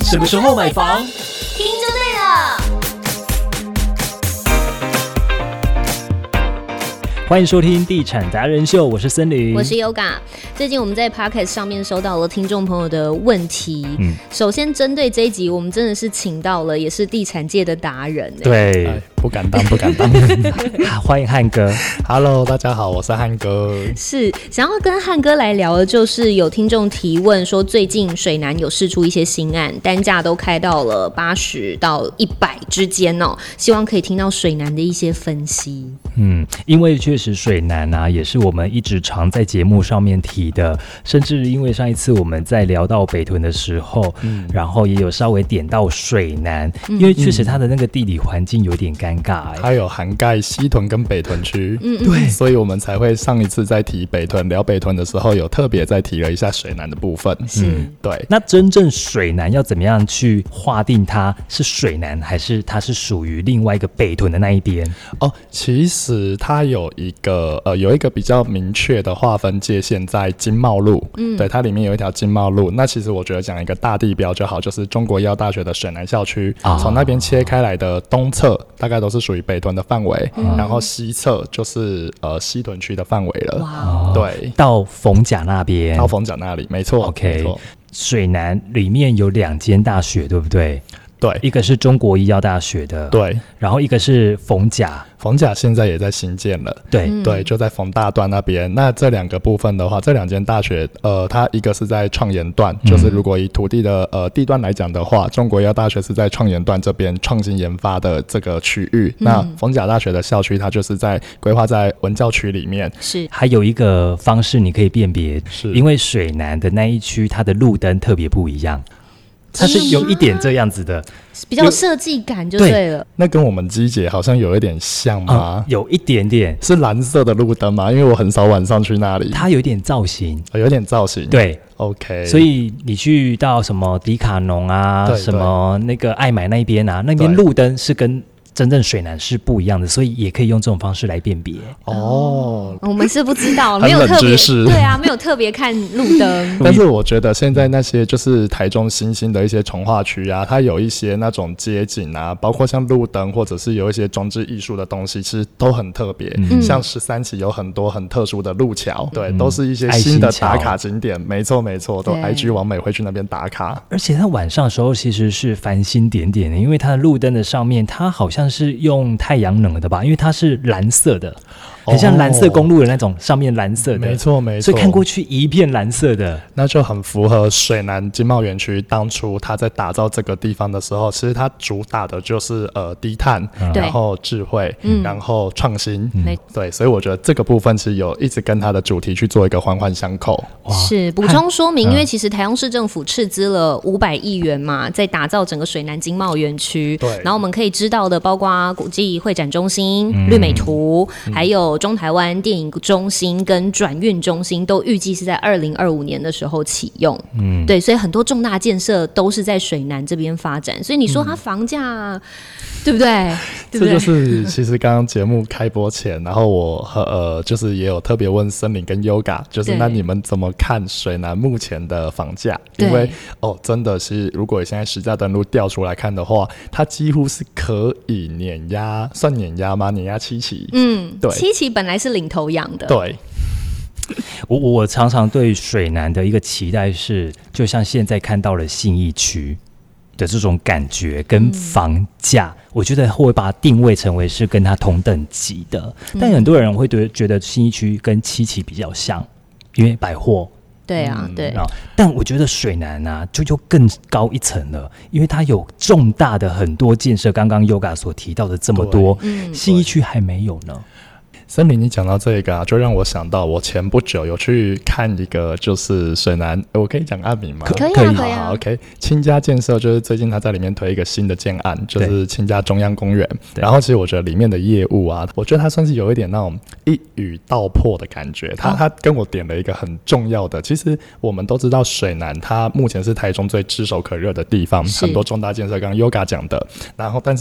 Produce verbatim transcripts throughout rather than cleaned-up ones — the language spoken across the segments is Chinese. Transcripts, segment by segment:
什么时候买房？ 听就对了。 欢迎收听地产达人秀，我是森林， 我是 Yoga。最近我们在 Podcast 上面收到了听众朋友的问题、嗯、首先针对这一集我们真的是请到了也是地产界的达人。 对、 哎、不敢当不敢当欢迎汉哥。 Hello 大家好，我是汉哥。 是想要跟汉哥来聊的就是有听众提问说最近水南有释出一些新案，单价都开到了八十到一百之间哦，希望可以听到水南的一些分析。 嗯，因为确实水南啊也是我们一直常在节目上面提的，甚至因为上一次我们在聊到北屯的时候、嗯、然后也有稍微点到水南、嗯、因为确实它的那个地理环境有点尴尬、欸、 它有涵盖西屯跟北屯区， 嗯对，所以我们才会上一次在提北屯聊北屯的时候有特别再提了一下水南的部分。 是、 嗯、对。 那真正水南要怎么样去划定它是水南还是它是属于另外一个北屯的那一边？ 哦，其实它有一个呃有一个比较明确的划分界限在经贸路，嗯，对，它里面有一条经贸路。那其实我觉得讲一个大地标就好，就是中国医药大学的水南校区，从、哦、那边切开来的东侧大概都是属于北屯的范围、嗯，然后西侧就是呃西屯区的范围了。 哇， 对， 到逢甲那边， 到逢甲那里，没错。 OK， 水南里面有两间大学，对不对？ 对， 一个是中国医药大学的， 对， 然后一个是逢甲， 逢甲现在也在新建了， 对、 嗯、对，就在逢大段那边。那这两个部分的话，这两间大学，呃，它一个是在创研段、嗯，就是如果以土地的呃地段来讲的话，中国医药大学是在创研段这边创新研发的这个区域、嗯，那逢甲大学的校区它就是在规划在文教区里面。 是， 还有一个方式你可以辨别， 是因为水南的那一区它的路灯特别不一样。它是有一点这样子的， 比较设计感就对了。 那跟我们机姐好像有一点像吗、 嗯？有一点点， 是蓝色的路灯吗？因为我很少晚上去那里。 它有一点造型， 哦、有点造型。 对 ，OK。 所以你去到什么迪卡侬啊，什么那个爱买那边啊，那边路灯是跟真正水南是不一样的，所以也可以用这种方式来辨别。 哦， 我们是不知道，没有特别，对啊，没有特别看路灯。 但是我觉得现在那些就是台中新兴的一些重划区啊，它有一些那种街景啊，包括像路灯或者是有一些装置艺术的东西，其实都很特别。嗯、像十三期有很多很特殊的路桥，对、嗯，都是一些新的打卡景点。没错没错，都 I G 网美会去那边打卡。 而且它晚上的时候其实是繁星点点的，因为它的路灯的上面，它好像是用太阳能的吧，因为它是蓝色的，很像蓝色公路的那种，上面蓝色的， 没错没错， 所以看过去一片蓝色的， 那就很符合水南经贸园区当初他在打造这个地方的时候，其实它主打的就是呃低碳、嗯，然后智慧，嗯、然后创新、嗯，对，所以我觉得这个部分其实有一直跟它的主题去做一个环环相扣。 是补充说明，因为其实台中市政府斥资了五百亿元嘛，在打造整个水南经贸园区，对，然后我们可以知道的包括国际会展中心、嗯、绿美图、嗯，还有中台湾电影中心跟转运中心，都预计是在二零二五年的时候启用。嗯，对，所以很多重大建设都是在水南这边发展。所以你说它房价、嗯，对不对？对不对？ 这就是其实刚刚节目开播前，然后我和呃，就是也有特别问森林跟 Yoga， 就是那你们怎么看水南目前的房价？因为哦，真的是如果现在实价登录调出来看的话，它几乎是可以碾压，算碾压吗？碾压七期。 嗯，对，七期本来是领头羊的。 对。 我我常常对水南的一个期待是，就像现在看到了信义区的这种感觉跟房价、嗯，我觉得会把它定位成为是跟它同等级的。嗯、但很多人会觉得信义区跟七期比较像，因为百货。 对啊，嗯、对。 但我觉得水南啊，就就更高一层了，因为它有重大的很多建设，刚刚 Yoga 所提到的这么多，嗯、信义区还没有呢。 森林，你讲到这个啊，就让我想到我前不久有去看一个，就是水南，我可以讲案名吗？ 可以啊，可以啊。 好 ，OK， 清家建设就是最近他在里面推一个新的建案，就是清家中央公园。然后其实我觉得里面的业务啊，我觉得它算是有一点那种一语道破的感觉。他他跟我点了一个很重要的，其实我们都知道水南它目前是台中最炙手可热的地方，很多重大建设，刚刚 Yoga 讲的。然后但是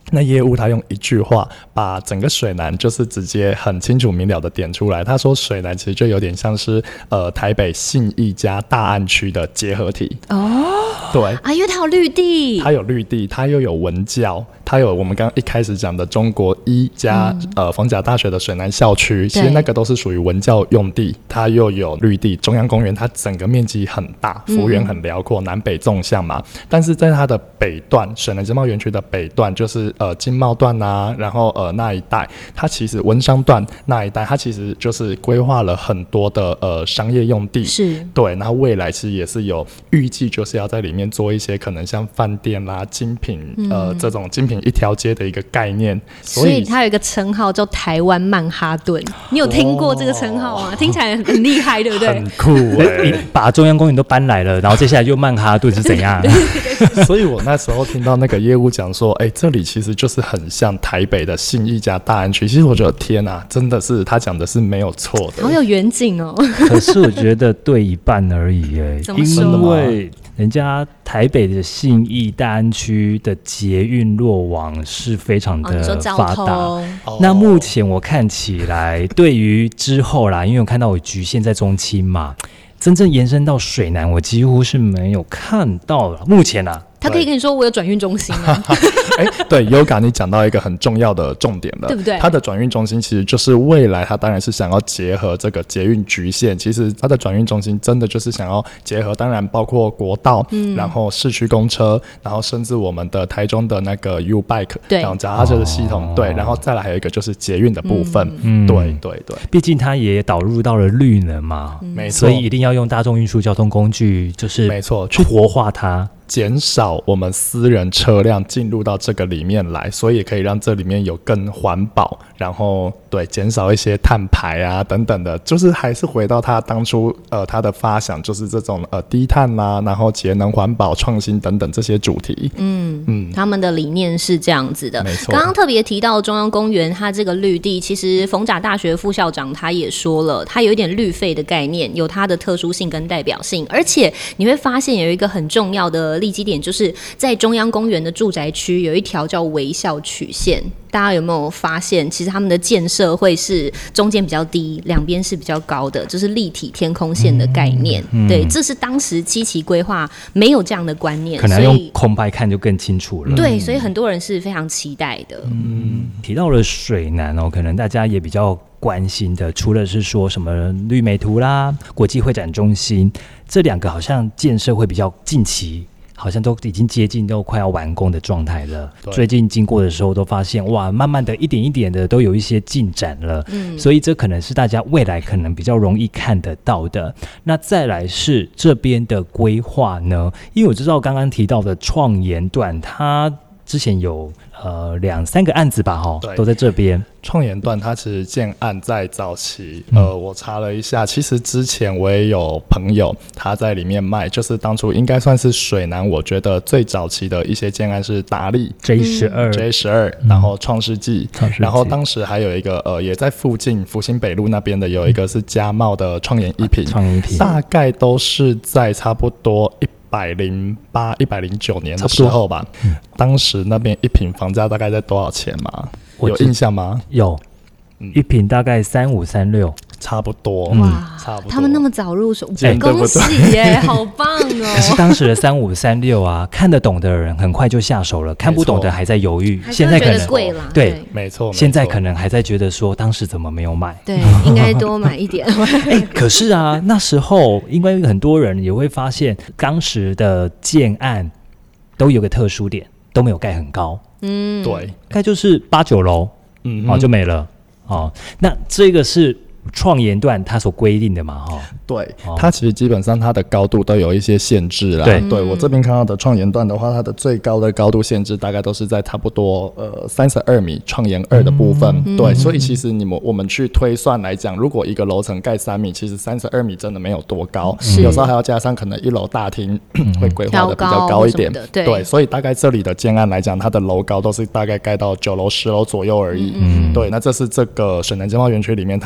那业务他用一句话把整个水南就是直接很清楚明了的点出来，他说水南其实就有点像是呃台北信义加大安区的结合体哦，对啊，因为它有绿地， 它有绿地，它又有文教，它有我们刚刚一开始讲的中国医加、嗯、呃逢甲大学的水南校区，其实那个都是属于文教用地，它又有绿地，中央公园它整个面积很大，幅员很辽阔、嗯，南北纵向嘛，但是在它的北段，水南经贸园区的北段就是呃经贸段啊，然后呃那一带，它其实文商段那一带，它其实就是规划了很多的呃商业用地， 是对，那未来其实也是有预计，就是要在里面做一些可能像饭店啦、精品、嗯、呃这种精品一条街的一个概念， 所以, 所以它有一个称号叫台湾曼哈顿，你有听过这个称号吗？哦、听起来很厉害，对不对？ 很酷欸， 你把中央公园都搬来了，然后接下来就曼哈顿是怎样？ 所以我那时候听到那个业务讲说，哎、欸，这里其实就是很像台北的信义加大安区。其实我觉得天啊，真的是他讲的是没有错的， 好有远景哦。 可是我觉得对一半而已哎，因为人家台北的信义大安区的捷运落网是非常的发达、哦哦、那目前我看起来对于之后啦，因为我看到我局限在中清嘛，真正延伸到水南我几乎是没有看到了，目前啊他可以跟你说我有转运中心啊。 欸、对 Yoga 你讲到一个很重要的重点了， 对不对？ 它的转运中心其实就是未来它当然是想要结合这个捷运局线，其实它的转运中心真的就是想要结合，当然包括国道、嗯、然后市区公车，然后甚至我们的台中的那个 U-Bike 对然后脚踏车的系统、哦、对，然后再来还有一个就是捷运的部分、嗯、对对对， 毕竟它也导入到了绿能嘛，没、嗯、错，所以一定要用大众运输交通工具，就是没错，去活化它， 减少我们私人车辆进入到这个里面来，所以也可以让这里面有更环保，然后对减少一些碳排啊等等的，就是还是回到他当初呃他的发想，就是这种呃低碳啦、啊，然后节能环保创新等等这些主题。 嗯嗯，他们的理念是这样子的。 没错。 刚刚特别提到中央公园，它这个绿地，其实逢甲大学副校长他也说了，它有一点绿废的概念，有它的特殊性跟代表性，而且你会发现有一个很重要的立基点，就是在中央公园的住宅区有一条叫微笑曲线，大家有没有发现其实他们的建设会是中间比较低，两边是比较高的，就是立体天空线的概念、嗯嗯、对，这是当时七期规划没有这样的观念， 可能用空拍看就更清楚了， 对，所以很多人是非常期待的。 嗯，提到了水南哦，可能大家也比较关心的，除了是说什么绿美图啦、国际会展中心，这两个好像建设会比较近期，好像都已经接近都快要完工的状态了。最近经过的时候都发现，哇，慢慢的一点一点的都有一些进展了、嗯、所以这可能是大家未来可能比较容易看得到的。那再来是这边的规划呢，因为我知道刚刚提到的创研段，它之前有呃两三个案子吧，齁，都在这边。 创研段它其实建案在早期，呃，我查了一下，其实之前我也有朋友他在里面卖，就是当初应该算是水南，我觉得最早期的一些建案是达利 J 十二 J 十二，然后创世纪，然后当时还有一个呃也在附近福兴北路那边的有一个是嘉茂的创研一品， 创研一品大概都是在差不多一百零八、一百零九年的时候吧。当时那边一坪房价大概在多少钱吗？有印象吗？ 有，一坪大概三五三六， 差不多。 哇，差不多。他们那么早入手，欸、恭喜耶，好棒哦！ 可是当时的三五三六啊，看得懂的人很快就下手了，看不懂的还在犹豫。现在可能贵了， 对， 没错。 现在可能还在觉得说，当时怎么没有买？ 对，应该多买一点。 欸、可是啊，那时候因为很多人也会发现，当时的建案都有个特殊点，都没有盖很高。 嗯，对， 盖就是八九楼，嗯，哦就没了，哦，那这个是创研段它所规定的嘛，哈、哦， 对、哦，它其实基本上它的高度都有一些限制啦。 对， 对我这边看到的创研段的话，它的最高的高度限制大概都是在差不多呃三十二米，创研二的部分、嗯。对，所以其实你们我们去推算来讲，如果一个楼层盖三米，其实三十二米真的没有多高，有时候还要加上可能一楼大厅、嗯、会规划的比较高一点。 对， 对，所以大概这里的建案来讲，它的楼高都是大概盖到九楼、十楼左右而已。嗯，对，那这是这个水南经贸园区里面它比较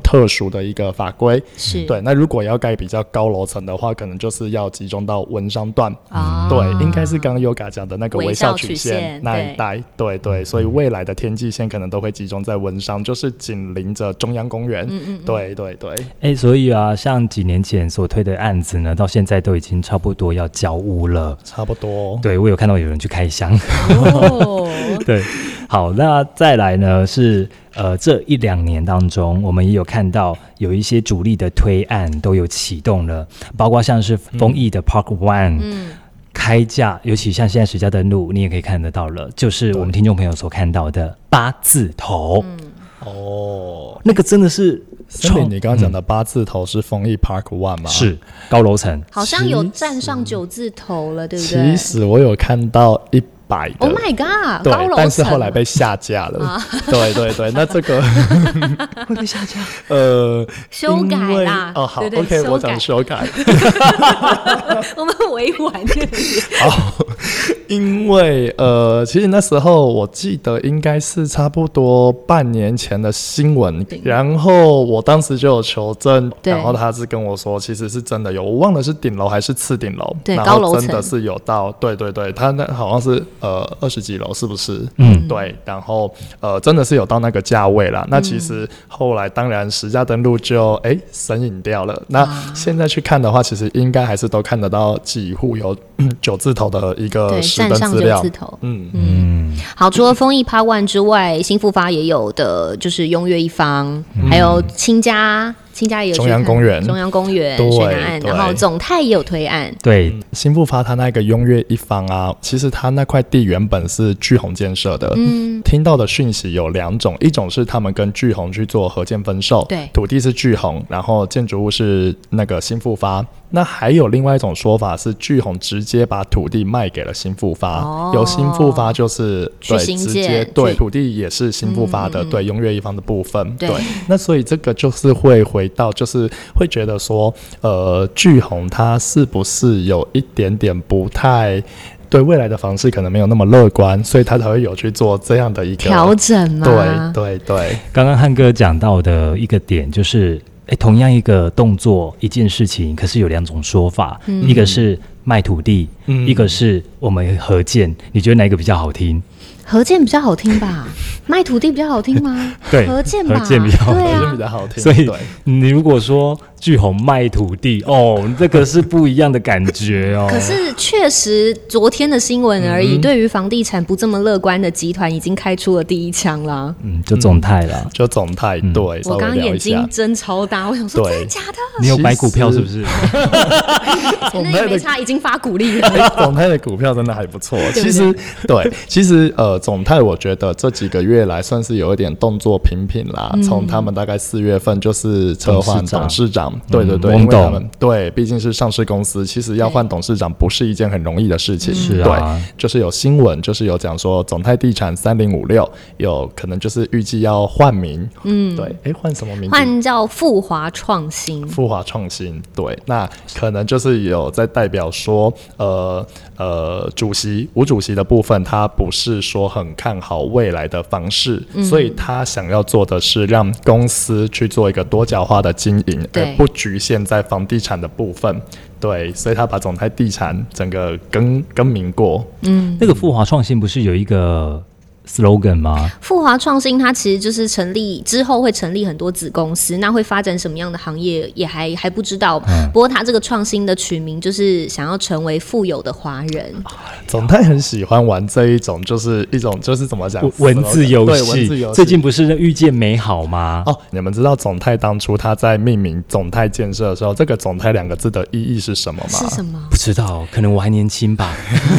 特殊的一个法规。 是， 对。那如果要盖比较高楼层的话，可能就是要集中到文商段。 啊， 对，应该是刚刚 Yoga 讲的那个微笑曲微笑曲线那一带。对对，所以未来的天际线可能都会集中在文商，就是紧邻着中央公园。嗯嗯，对对对。 哎、欸，所以啊，像几年前所推的案子呢，到现在都已经差不多要交屋了。 差不多。 对，我有看到有人去开箱。 哦， 对，好，那再来呢是呃这一两年当中，我们也有看到有一些主力的推案都有启动了，包括像是丰益的 Park One。嗯，开价，尤其像现在实价登录，你也可以看得到了，就是我们听众朋友所看到的八字头。嗯，哦，那个真的是。 森林，你刚刚讲的八字头是丰益 Park One 吗？ 是高楼层， 好像有站上九字头了，对不对？ 其实我有看到一百的 ，Oh my god， 对， 高楼层， 但是后来被下架了。啊、对对对，那这个会被下架？ 呃， 修改啦。 哦，好， 对对 ，OK， 我讲修改。 我们委婉点。 好，因为呃，其实那时候我记得应该是差不多半年前的新闻，然后我当时就有求证，然后他是跟我说，其实是真的有，我忘了是顶楼还是次顶楼， 对， 然后真的是有到，对对对，他那好像是呃二十几楼，是不是？嗯，对，然后呃真的是有到那个价位啦。那其实后来当然实价登录就哎神隐掉了。那现在去看的话，其实应该还是都看得到几户有、嗯、九字头的一个实登资料。 嗯嗯，好，除了丰益 Park One 之外，新复发也有的就是拥跃一方，嗯、还有清家。清家也有中央公园， 中央公园水南岸，然后总泰也有推案。 对，嗯、新复发它那个拥跃一方啊，其实它那块地原本是巨鸿建设的。嗯，听到的讯息有两种，一种是他们跟巨鸿去做合建分售， 对， 土地是巨鸿，然后建筑物是那个新复发。那还有另外一种说法是，巨鸿直接把土地卖给了新复发，哦、由新复发就是对直接对土地也是新复发的，嗯、对拥跃一方的部分。对，对那所以这个就是会回到，就是会觉得说，呃，巨鸿它是不是有一点点不太对未来的房市可能没有那么乐观，所以他才会有去做这样的一个调整吗？ 对对对， 刚刚汉哥讲到的一个点就是。欸、同样一个动作一件事情，可是有两种说法，嗯、一个是卖土地，嗯、一个是我们合建，你觉得哪一个比较好听？ 合建比较好听吧？卖土地比较好听吗？ 对， 合建吧， 合建比较好听， 对啊、 合建比较好听。 所以你如果说巨鸿卖土地，哦，这个是不一样的感觉哦。 可是确实，昨天的新闻而已，嗯、对于房地产不这么乐观的集团，已经开出了第一枪啦。 嗯，就总泰啦， 嗯、就总泰。 嗯、 对， 我刚刚眼睛睁超大，我想说真的假的？ 你有买股票是不是？ 那也没差，已经发股利了。 欸、总泰的股票真的还不错。其实，对，其实呃，总泰我觉得这几个月来算是有一点动作频频啦。从、嗯、他们大概四月份就是撤换董事长，对对对， 嗯、 因为他们对，毕竟是上市公司，其实要换董事长不是一件很容易的事情。 是啊， 对，就是有新闻，就是有讲说总泰地产三零五六有可能就是预计要换名。嗯，对，哎，换什么名字？ 换叫富华创新。 富华创新，对，那可能就是有在代表说，呃呃，主席吴主席的部分，他不是说很看好未来的房市，嗯、所以他想要做的是让公司去做一个多角化的经营，而不局限在房地产的部分。对，所以他把总泰地产整个更更名过。 嗯，那个富华创新不是有一个slogan 吗？ 富华创新它其实就是成立之后会成立很多子公司，那会发展什么样的行业也还还不知道。嗯、不过它这个创新的取名就是想要成为富有的华人。 总泰很喜欢玩这一种，就是一种就是怎么讲文字游戏。最近不是遇见美好吗？ 哦，你们知道总泰当初他在命名总泰建设的时候，这个总泰两个字的意义是什么吗？ 是什么？ 不知道，可能我还年轻吧。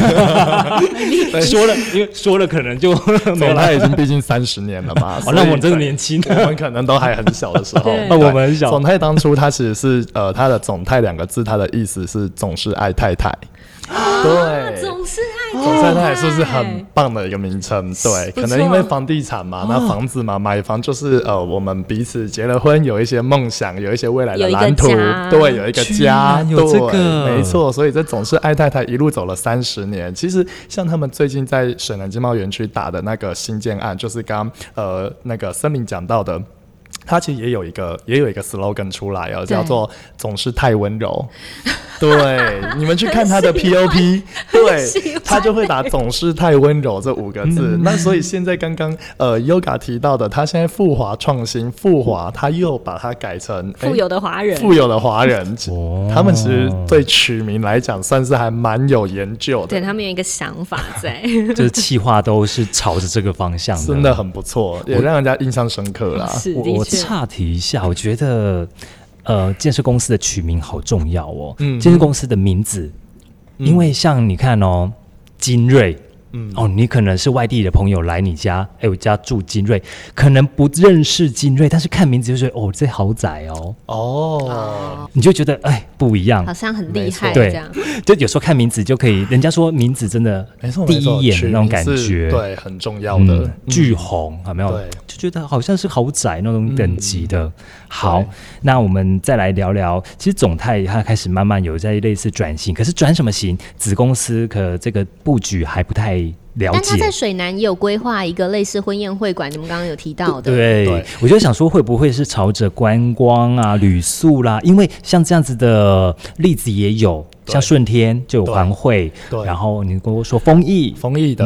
说了，因为说了可能就。 总泰已经毕竟三十年了嘛， 哦，那我真的年轻， 我们可能都还很小的时候。 那我们很小。 总泰当初它其实是呃，它的总泰两个字，它的意思是总是爱太太。 啊、对，总是爱太太， 总是爱太太是不是很棒的一个名称？对，可能因为房地产嘛，那房子嘛，买房就是呃，我们彼此结了婚，有一些梦想，有一些未来的蓝图，对，有一个家， 有这个， 没错。所以这总是爱太太一路走了三十年。其实像他们最近在水南经贸园区打的那个新建案，就是刚呃那个森林讲到的。 它其实也有一个也有一个 slogan 出来哦，叫做总是太温柔。对，你们去看他的 P O P， 对，他就会打总是太温柔这五个字。嗯、那所以现在刚刚呃 Yoga 提到的，他现在富华创新，富华他又把它改成富有的华人， 富有的华人、哦，他们其实对取名来讲算是还蛮有研究的， 对他们有一个想法在， 就是企划都是朝着这个方向的， 真的很不错，也让人家印象深刻啦。 我我岔题一下，我觉得。呃，建设公司的取名好重要哦。嗯，建设公司的名字，嗯、因为像你看哦，精锐，嗯，哦，你可能是外地的朋友来你家，哎，我家住精锐，可能不认识精锐，但是看名字就觉得哦，这豪宅哦，哦，你就觉得哎不一样， 好像很厉害这样。 就有时候看名字就可以，人家说名字真的第一眼的那种感觉， 对，很重要的。嗯、 巨红有没有？就觉得好像是豪宅那种等级的。嗯、好，那我们再来聊聊，其实总泰它开始慢慢有在类似转型，可是转什么型？子公司可这个布局还不太了解。 但他在水南也有规划一个类似婚宴会馆，你们刚刚有提到的。 对，对我就想说会不会是朝着观光啊、旅宿啦？因为像这样子的例子也有。像顺天就有环汇，然后你跟我说丰益， 丰益的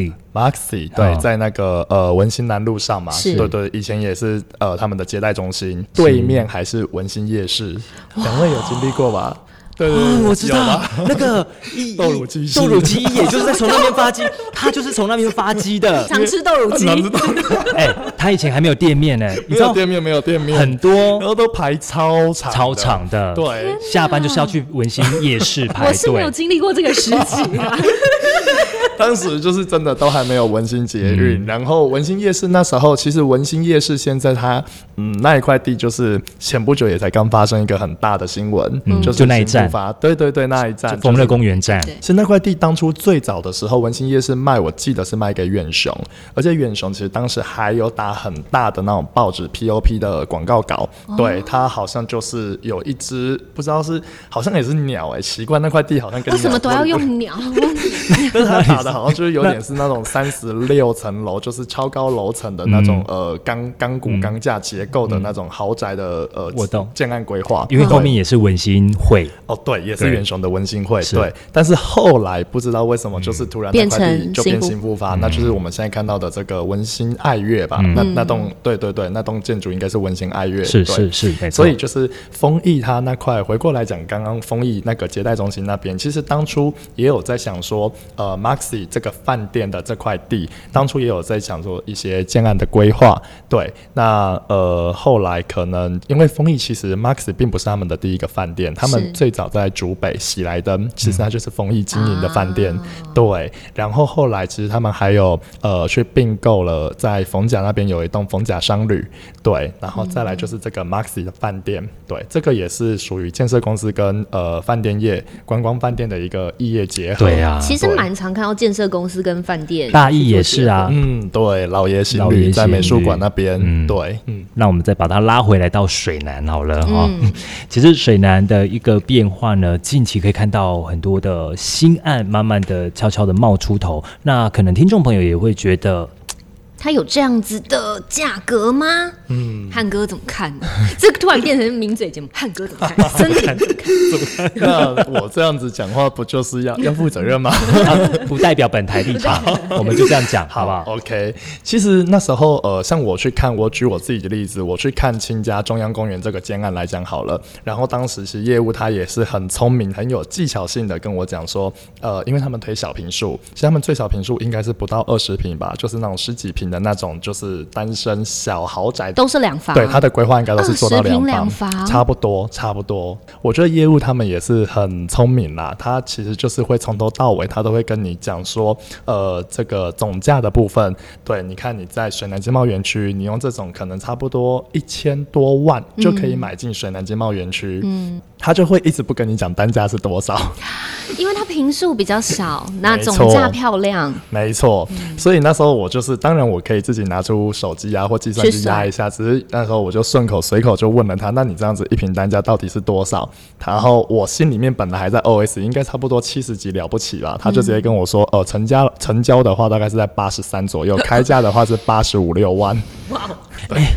Maxi， 对，在那个呃文心南路上嘛，对对，以前也是呃他们的接待中心，对面还是文心夜市，两位有经历过吧？对对对、 哦，我知道那个豆乳鸡， 豆乳鸡也就是在从那边发鸡，他就是从那边发鸡的， 常吃豆乳鸡。 哎、欸，他以前还没有店面呢、欸， 没有店面，没有店面， 很多， 然后都排超长， 超长的， 对， 下班就是要去文心夜市排队。 我是没有经历过这个时期啊。 当时就是真的都还没有文心捷运、嗯，然后文心夜市那时候，其实文心夜市现在它嗯那一块地就是前不久也才刚发生一个很大的新闻， 嗯、 就是就那一站， 对对对，那一站丰乐公园站。 其实那块地当初最早的时候，文心夜市卖，我记得是卖给远雄，而且远雄其实当时还有打很大的那种报纸 P O P 的广告稿，哦、对，它好像就是有一只不知道是好像也是鸟哎、欸，奇怪那块地好像跟鸟为什么都要用鸟？ 但是它打的好像就是有点是那种三十六层楼，就是超高楼层的那种、嗯、呃钢钢骨钢架结构的那种豪宅的、嗯、呃我懂建案规划， 因为后面也是文心会哦，对，也是远雄的文心会，对，但是后来不知道为什么就是突然那块地就变新复发、嗯，那就是我们现在看到的这个文心爱乐吧，嗯、那那栋对对对，那栋建筑应该是文心爱乐， 是是是，没错。 所以就是丰益它那块回过来讲，刚刚丰益那个接待中心那边，其实当初也有在想说，呃 ，Maxi 这个饭店的这块地，当初也有在想说一些建案的规划，对，那呃后来可能因为丰益其实 Maxi 并不是他们的第一个饭店，他们最早在竹北喜来登，其实它就是丰益经营的饭店、嗯，对，然后后来其实他们还有呃去并购了在逢甲那边有一栋逢甲商旅，对，然后再来就是这个 Maxi 的饭店，对，这个也是属于建设公司跟呃饭店业观光饭店的一个异业结合， 对啊， 其实蛮常看到建设公司跟饭店， 大义也是啊， 嗯，对，老爷行旅在美术馆那边、嗯，对， 嗯，那我们再把它拉回来到水南好了哈、嗯，其实水南的一个变化呢，近期可以看到很多的新案慢慢的悄悄的冒出头，那可能听众朋友也会觉得它有这样子的价格吗？嗯，汉哥怎么看呢？这个突然变成名嘴节目，汉哥怎么看？真的怎么看？那我这样子讲话不就是要要负责任吗、 啊？不代表本台立场，我们就这样讲，好不好 ？OK。其实那时候呃，像我去看，我举我自己的例子，我去看清家中央公园这个建案来讲好了。然后当时其实业务他也是很聪明、很有技巧性的跟我讲说，呃，因为他们推小坪数，其实他们最小坪数应该是不到二十坪吧，就是那种十几坪的那种，就是单身小豪宅， 都是两房。 对，他的规划应该都是做到两房， 两房差不多，差不多。我觉得业务他们也是很聪明啦，他其实就是会从头到尾，他都会跟你讲说，呃，这个总价的部分，对，你看你在水南经贸园区，你用这种可能差不多一千多万就可以买进水南经贸园区，嗯，他就会一直不跟你讲单价是多少， 因为它坪数比较小，那总价漂亮， 没错、嗯。所以那时候我就是，当然我可以自己拿出手机啊或计算机压一下，只是那时候我就顺口随口就问了他，那你这样子一坪单价到底是多少？然后我心里面本来还在 O S， 应该差不多七十几了不起啦，他就直接跟我说，呃，成交成交的话大概是在八十三左右，开价的话是八十五六万。哇，对。欸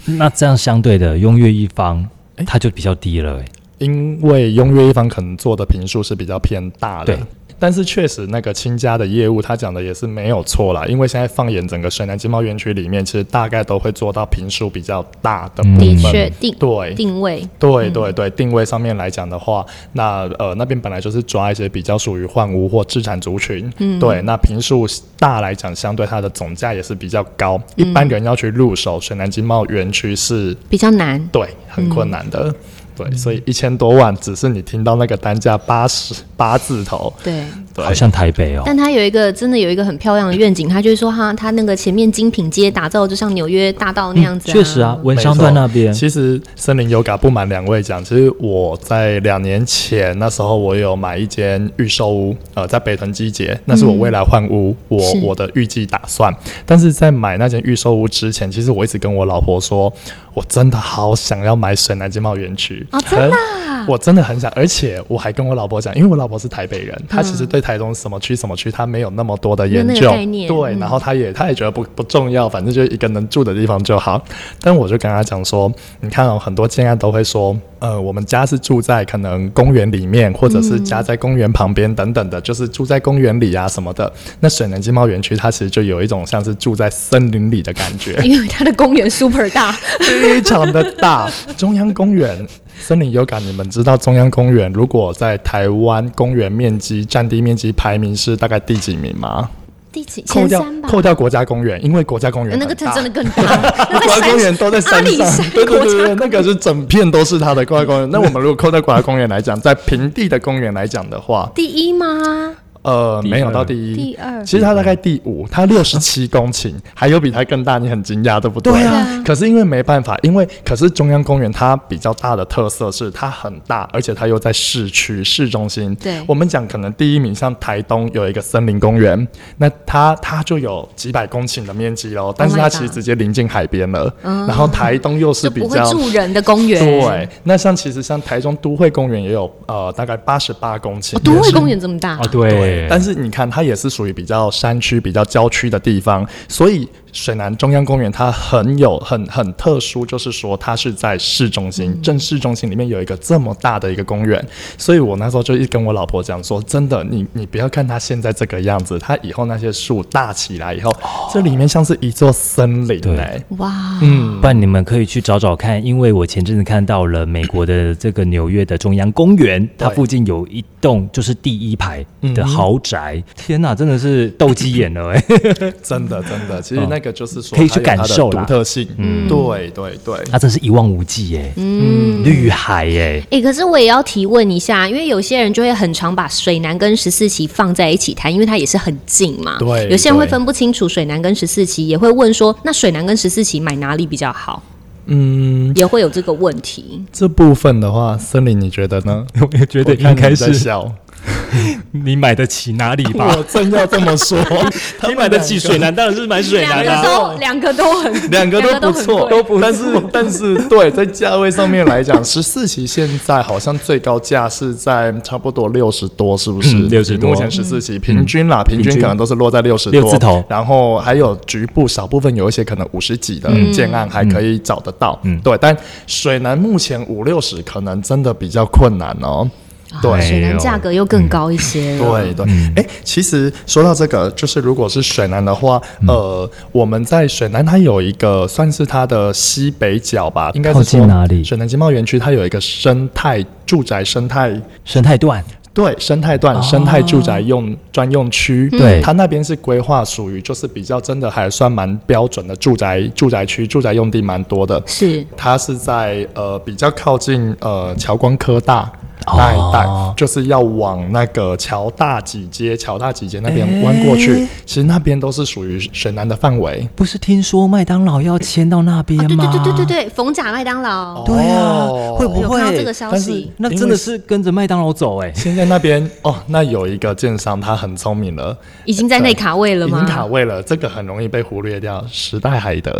那这样相对的，拥越一方、欸、它就比较低了、欸、 因为拥越一方可能做的坪数是比较偏大的。 对， 但是确实那个亲家的业务他讲的也是没有错啦，因为现在放眼整个水南经贸园区里面，其实大概都会做到坪数比较大的部分。 的确定对定位对对对、嗯、定位上面来讲的话，那呃那边本来就是抓一些比较属于换屋或置产族群、嗯、对，那坪数大来讲相对它的总价也是比较高、嗯、一般人要去入手水南经贸园区是比较难， 对，很困难的、嗯对，所以一千多万，只是你听到那个单价八十八字头， 对， 对， 好像台北哦。 但它有一个真的有一个很漂亮的愿景，它就是说哈，它那个前面精品街打造就像纽约大道那样子、啊。 确、嗯、实啊，文商段那边。 其实森林Yoga不瞒两位讲，其实我在两年前那时候我有买一间预售屋，呃，在北屯基捷，那是我未来换屋、嗯、我我的预计打算。但是在买那间预售屋之前，其实我一直跟我老婆说，我真的好想要买水南经贸园区。 哦，真的、啊， 我真的很想，而且我还跟我老婆讲，因为我老婆是台北人，她其实对台中什么区什么区她没有那么多的研究， 概念对，然后她也她也觉得不不重要，反正就一个能住的地方就好。但我就跟她讲说，你看哦，很多建案都会说，呃，我们家是住在可能公园里面，或者是家在公园旁边等等的，就是住在公园里啊什么的。那水南经贸园区它其实就有一种像是住在森林里的感觉， 因为它的公园 super 大， 非常的大，中央公园。森林Yoga，你们知道中央公园如果在台湾公园面积占地面积排名是大概第几名吗？ 第几？ 扣掉前三吧。 扣掉国家公园，因为国家公园那个真的更大， 国家公园都在山上，对对对对，那个是整片都是它的国家公园。那我们如果扣掉国家公园来讲，在平地的公园来讲的话， 第一吗？ 呃，没有到第一， 第二， 其实它大概第五，它六十七公顷，还有比它更大，你很惊讶，对不对？ 对啊。 可是因为没办法，因为可是中央公园它比较大的特色是它很大，而且它又在市区市中心。 对， 我们讲可能第一名像台东有一个森林公园，那它它就有几百公顷的面积咯，但是它其实直接临近海边了。Oh、然后台东又是比较就不会住人的公园。 对，那像其实像台中都会公园也有呃大概八十八公顷。 哦，都会公园这么大？ 哦，对。 对，但是你看。它也是属于比较山区、比较郊区的地方，所以水南中央公园它很有很很特殊，就是说它是在市中心、嗯、正市中心里面有一个这么大的一个公园，所以我那时候就一直跟我老婆讲说，真的，你你不要看它现在这个样子，它以后那些树大起来以后，哦、这里面像是一座森林嘞、欸！ 哇， 嗯，不然你们可以去找找看，因为我前阵子看到了美国的这个纽约的中央公园，它附近有一栋就是第一排的豪宅。嗯，天哪，真的是斗鸡眼了哎、欸！ 真的真的，其实那个就是说可以去感受独特性，嗯，对对对， 它真是一望无际耶、欸，嗯，绿海耶、欸。 哎、欸，可是我也要提问一下，因为有些人就会很常把水南跟十四期放在一起谈，因为它也是很近嘛。 对， 有些人会分不清楚水南跟十四期，也会问说，那水南跟十四期买哪里比较好？嗯，也会有这个问题。 这部分的话，森林你觉得呢？ 我也觉得应该是笑。 你买得起哪里吧？ 我正要这么说。 你买得起水南，当然是买水南啊。两个都很， 两个都不错，都不错。但是，但是，对，在价位上面来讲，十四期现在好像最高价是在差不多六十多，是不是？ 六十、嗯、多。 目前十四期平均啦，平均可能都是落在六十多， 六字头。 然后还有局部少部分有一些可能五十几的建案还可以找得到。嗯，对。但水南目前五六十可能真的比较困难哦。对， 水南价格又更高一些了。 对对，哎、欸，其实说到这个，就是如果是水南的话，嗯、呃，我们在水南它有一个算是它的西北角吧，应该是说哪里？ 水南经贸园区它有一个生态住宅生态生态段。 对，生态段、哦、生态住宅用专用区， 对， 它那边是规划属于就是比较真的还算蛮标准的住宅住宅区，住宅用地蛮多的。 是， 它是在呃比较靠近呃侨光科大那一带，哦、就是要往那个侨大几街、侨大几街那边弯过去，欸、其实那边都是属于水南的范围。 不是听说麦当劳要迁到那边吗？ 哦、对对对对对，逢甲麦当劳。 对啊，会不会有看到这个消息？ 那真的是跟着麦当劳走哎、欸。 现在那边哦，那有一个建商他很聪明了， 已经在内卡位了吗？ 已经卡位了，这个很容易被忽略掉。时代海德。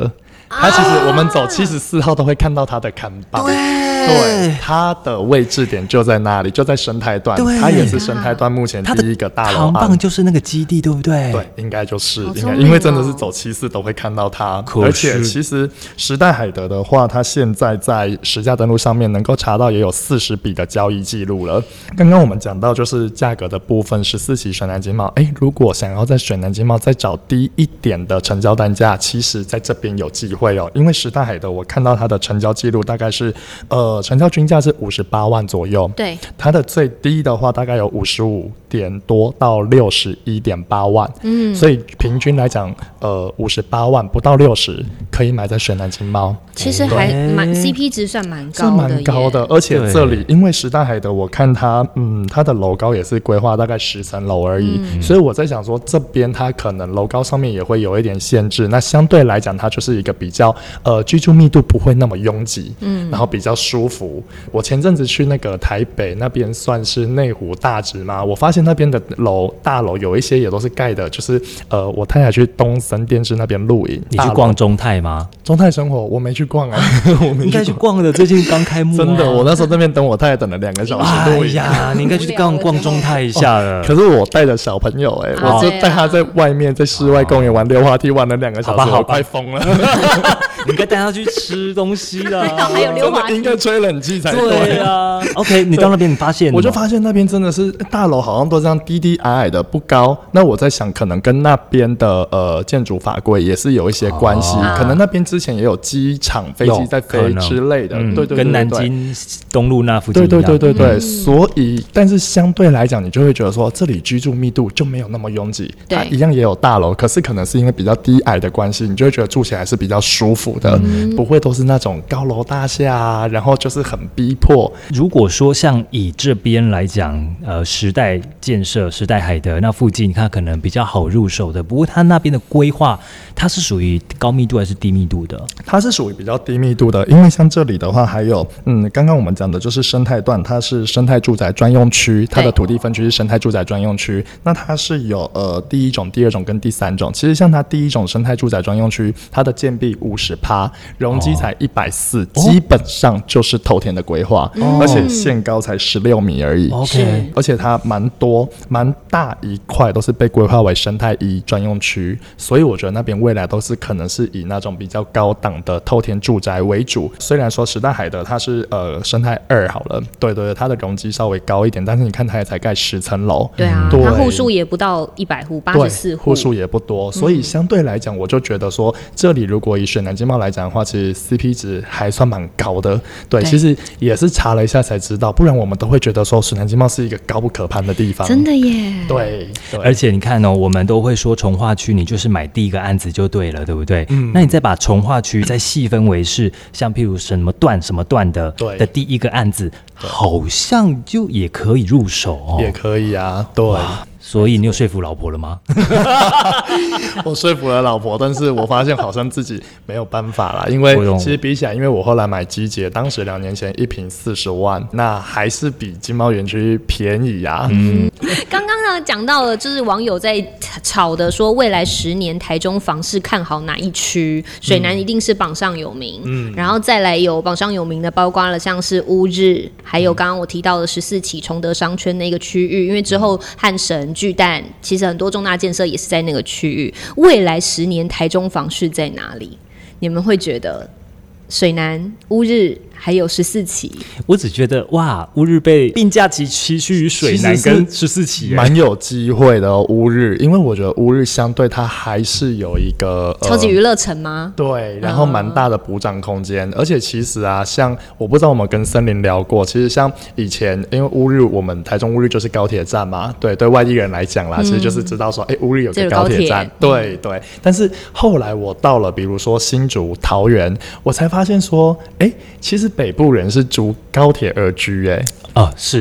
它其实我们走七十四号都会看到它的看板， 对对，它的位置点就在那里，就在生态段，它也是生态段目前第一个大楼， 扛棒就是那个基地，对不对？ 对，应该就是， 哦、 应该因为真的是走七四都会看到它，而且其实时代海德的话，它现在在实价登录上面能够查到也有四十笔的交易记录了。刚刚我们讲到就是价格的部分，十四期水南经贸，哎，如果想要在水南经贸再找低一点的成交单价，其实在这边有机会哦，因为时代海德我看到它的成交记录大概是呃成交均价是五十八万左右， 对， 它的最低的话大概有五十五点多到六十一点八万，嗯，所以平均来讲，呃，五十八万不到六十可以买在水南经贸， 其实还蛮 C P 值算蛮高的， 算蛮高的，而且这里因为时代海德，我看它，嗯，它的楼高也是规划大概十层楼而已，嗯，所以我在想说这边它可能楼高上面也会有一点限制，那相对来讲它就是一个比较呃居住密度不会那么拥挤，嗯，然后比较舒服。我前阵子去那个台北那边算是内湖大直嘛，我发现那边的楼大楼有一些也都是盖的，就是呃，我太太去东森电视那边露营， 你去逛中泰吗？ 中泰生活我没去逛啊，我没去逛应该去逛的，最近刚开幕，啊， 真的，我那时候那边等我太太等了两个小时露营， 哎呀，你应该去逛逛中泰一下了。 哦，可是我带着小朋友，哎， 哦， 我就带他在外面在室外公园玩溜滑梯，玩了两个小时，我快疯了。 你应该带他去吃东西啦， 还有溜滑梯， 应该吹冷气才对。 对啊 ，OK， 你到那边你发现， 我就发现那边真的是大楼好像都这样低低矮矮的，不高。那我在想，可能跟那边的呃建筑法规也是有一些关系，哦，可能那边之前也有机场飞机在飞之类的，嗯，对对对对， 跟南京东路那附近一样。 对对对对对，嗯，所以但是相对来讲，你就会觉得说这里居住密度就没有那么拥挤，它一样也有大楼，可是可能是因为比较低矮的关系，你就会觉得住起来是比较舒服的，嗯，不会都是那种高楼大厦，啊，然后就是很逼迫。 如果说像以这边来讲，呃，时代建设、时代海德那附近，它可能比较好入手的。不过它那边的规划，它是属于高密度还是低密度的？ 它是属于比较低密度的，因为像这里的话，还有嗯，刚刚我们讲的就是生态段，它是生态住宅专用区，它的土地分区是生态住宅专用区。那它是有呃第一种、第二种跟第三种。其实像它第一种生态住宅专用区，它的建蔽五十趴，容积才一百四，基本上就是透天的规划，哦，而且限高才十六米而已。 OK， 而且它蛮多、蛮大一块都是被规划为生态一专用区，所以我觉得那边未来都是可能是以那种比较高档的透天住宅为主。虽然说时代海德它是呃生态二好了，对对对，它的容积稍微高一点，但是你看它也才盖十层楼， 对啊，它户数也不到一百户，八十四户， 户数也不多，所以相对来讲，我就觉得说这里如果以水南经贸来讲的话，其实 C P 值还算蛮高的。对，对，其实也是查了一下才知道，不然我们都会觉得说水南经贸是一个高不可攀的地方。 真的耶， 对，对， 而且你看哦，我们都会说从化区，你就是买第一个案子就对了，对不对？嗯，那你再把从化区再细分为是像譬如什么段什么段的的第一个案子，好像就也可以入手哦， 也可以啊，对。 所以你有说服老婆了吗？ 我说服了老婆，但是我发现好像自己没有办法啦，因为其实比起来，因为我后来买机捷，当时两年前一坪四十万，那还是比经贸园区便宜啊。嗯， 刚刚呢讲到了，就是网友在吵的说，未来十年台中房市看好哪一区？水南一定是榜上有名，嗯，然后再来有榜上有名的，包括了像是乌日，还有刚刚我提到的十四期崇德商圈那个区域，因为之后汉神。巨蛋其实很多重大建设也是在那个区域。未来十年台中房市在哪里？你们会觉得水南、乌日还有十四期？ 我只觉得哇，乌日被并驾齐驱于水南跟十四期， 蛮有机会的哦。乌日，因为我觉得乌日相对它还是有一个、 呃、超级娱乐城吗？ 对，然后蛮大的补涨空间、嗯。而且其实啊，像我不知道我们跟森林聊过，其实像以前因为乌日，我们台中乌日就是高铁站嘛，对，对外地人来讲啦、嗯，其实就是知道说，哎，乌日有个高铁站，对对。但是后来我到了，比如说新竹、桃园，我才发现说，哎，其实北部人是逐高铁而居、欸，哎， 啊，是， 对。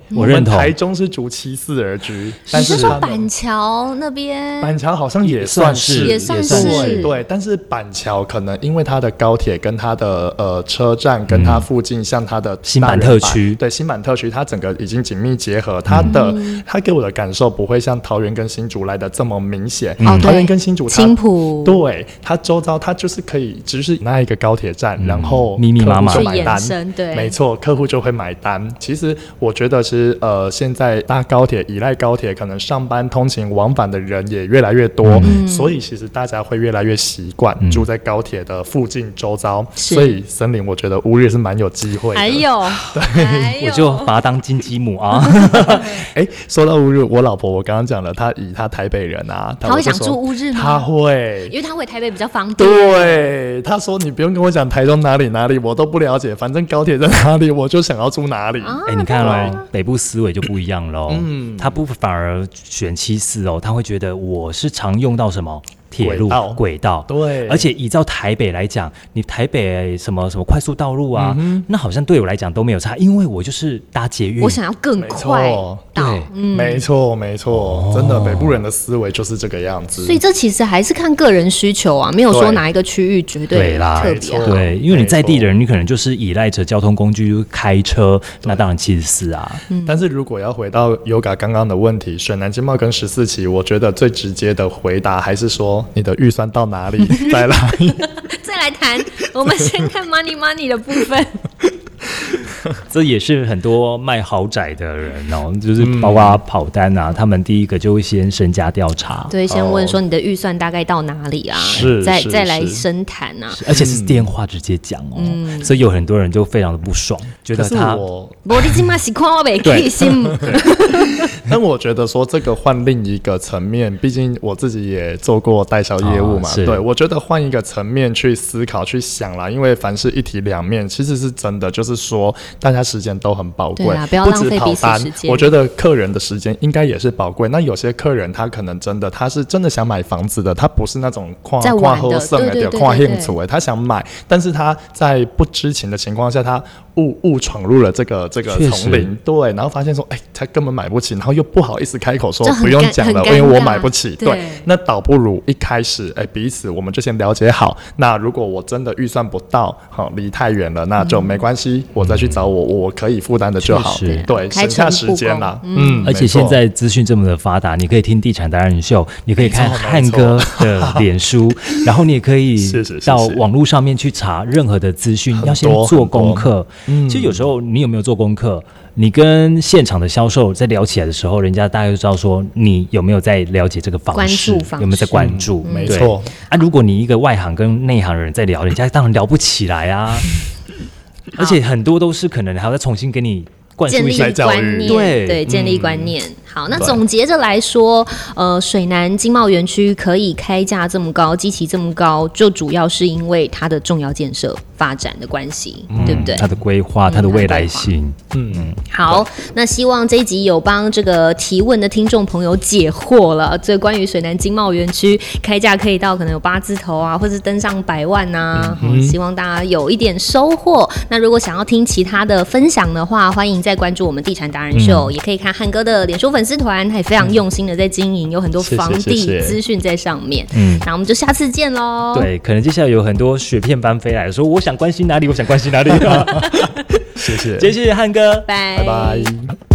我认同。 台中是逐七四而居，但是你是说板桥那边？ 板桥好像也算是， 也算是对对，但是板桥可能因为它的高铁跟它的呃车站跟它附近，嗯、像它的新板特区， 对新板特区，它整个已经紧密结合，它的、嗯、它给我的感受不会像桃园跟新竹来的这么明显。 嗯、 桃园跟新竹青埔， 对它周遭它就是可以只是那一个高铁站，嗯、然后密密麻麻就买单， 对， 没错，客户就会买单。其实我觉得是呃，现在搭高铁依赖高铁，可能上班通勤往返的人也越来越多，嗯、所以其实大家会越来越习惯住在高铁的附近周遭。嗯、所以森林，我觉得乌日是蛮有机会的。 还有， 对， 我就把它当金鸡母啊。 哎，说到乌日，我老婆我刚刚讲了，她以她台北人啊， 她会想住乌日吗？ 她会， 因为她回台北比较方便。 对，她说你不用跟我讲台中哪里哪里，我都不了解，反正高铁在哪里，我就想要住哪里。 哎、啊欸，你看哦，北部思维就不一样喽。嗯，他不反而选七四哦，他会觉得我是常用到什么铁路轨道， 对， 而且依照台北来讲，你台北什么什么快速道路啊，嗯、那好像对我来讲都没有差，因为我就是搭捷运， 我想要更快到， 对，嗯、没错没错，哦、真的北部人的思维就是这个样子。 所以这其实还是看个人需求啊，没有说哪一个区域绝对特别好。 对，因为你在地人，你可能就是依赖着交通工具开车，那当然七十四啊。 嗯、但是如果要回到 Yoga 刚刚的问题，水南经贸跟十四期，我觉得最直接的回答还是说你的预算到哪里再来再来谈。我们先看 money money 的部分。 这也是很多卖豪宅的人哦，就是包括跑单啊，嗯、他们第一个就会先身家调查， 对，先问说你的预算大概到哪里啊， 是再再来深谈啊， 而且是电话直接讲哦，嗯、所以有很多人就非常的不爽，觉得他我我你今嘛是看我没开心。 但我觉得说这个换另一个层面，毕竟我自己也做过代销业务嘛，哦、对，我觉得换一个层面去思考去想啦，因为凡事一体两面，其实是真的，就是说大家时间都很宝贵， 不要浪费彼此时间。 我觉得客人的时间应该也是宝贵。那有些客人他可能真的他是真的想买房子的，他不是那种跨跨后剩的跨兴趣的，他想买，但是他在不知情的情况下，他误误闯入了这个这个丛林，对，然后发现说，哎、欸，他根本买不起，然后又不好意思开口说不用讲了，因为我买不起。对，对那倒不如一开始，哎、欸，彼此我们就先了解好。那如果我真的预算不到，好离太远了，那就没关系，嗯、我再去找我我可以负担的就好。对，省下时间啦。 嗯，而且现在资讯这么的发达，你可以听地产达人秀，你可以看汉哥的脸书，然后你也可以到网络上面去查任何的资讯，要先做功课。嗯，其实有时候你有没有做功课？你跟现场的销售在聊起来的时候，人家大概就知道说你有没有在了解这个房市，有没有在关注？ 嗯、没错。 啊，如果你一个外行跟内行的人在聊，人家当然聊不起来啊。而且很多都是可能还要再重新给你灌输一些观念，对对，建立观念。嗯、好，那总结着来说，呃，水南经贸园区可以开价这么高，基期这么高，就主要是因为它的重要建设发展的关系，嗯、对不对？ 它的规划，它的未来性。 嗯嗯。 好，那希望这一集有帮这个提问的听众朋友解惑了。这关于水南经贸园区开价可以到可能有八字头啊，或是登上百万啊，嗯嗯、希望大家有一点收获。那如果想要听其他的分享的话，欢迎再关注我们地产达人秀，嗯、也可以看汉哥的脸书粉丝团，他也非常用心的在经营，有很多房地资讯在上面。嗯，那我们就下次见喽。 对，可能接下来有很多雪片般飞来，说我想关心哪里，我想关心哪里。 谢谢， 谢谢汉哥， 拜拜拜。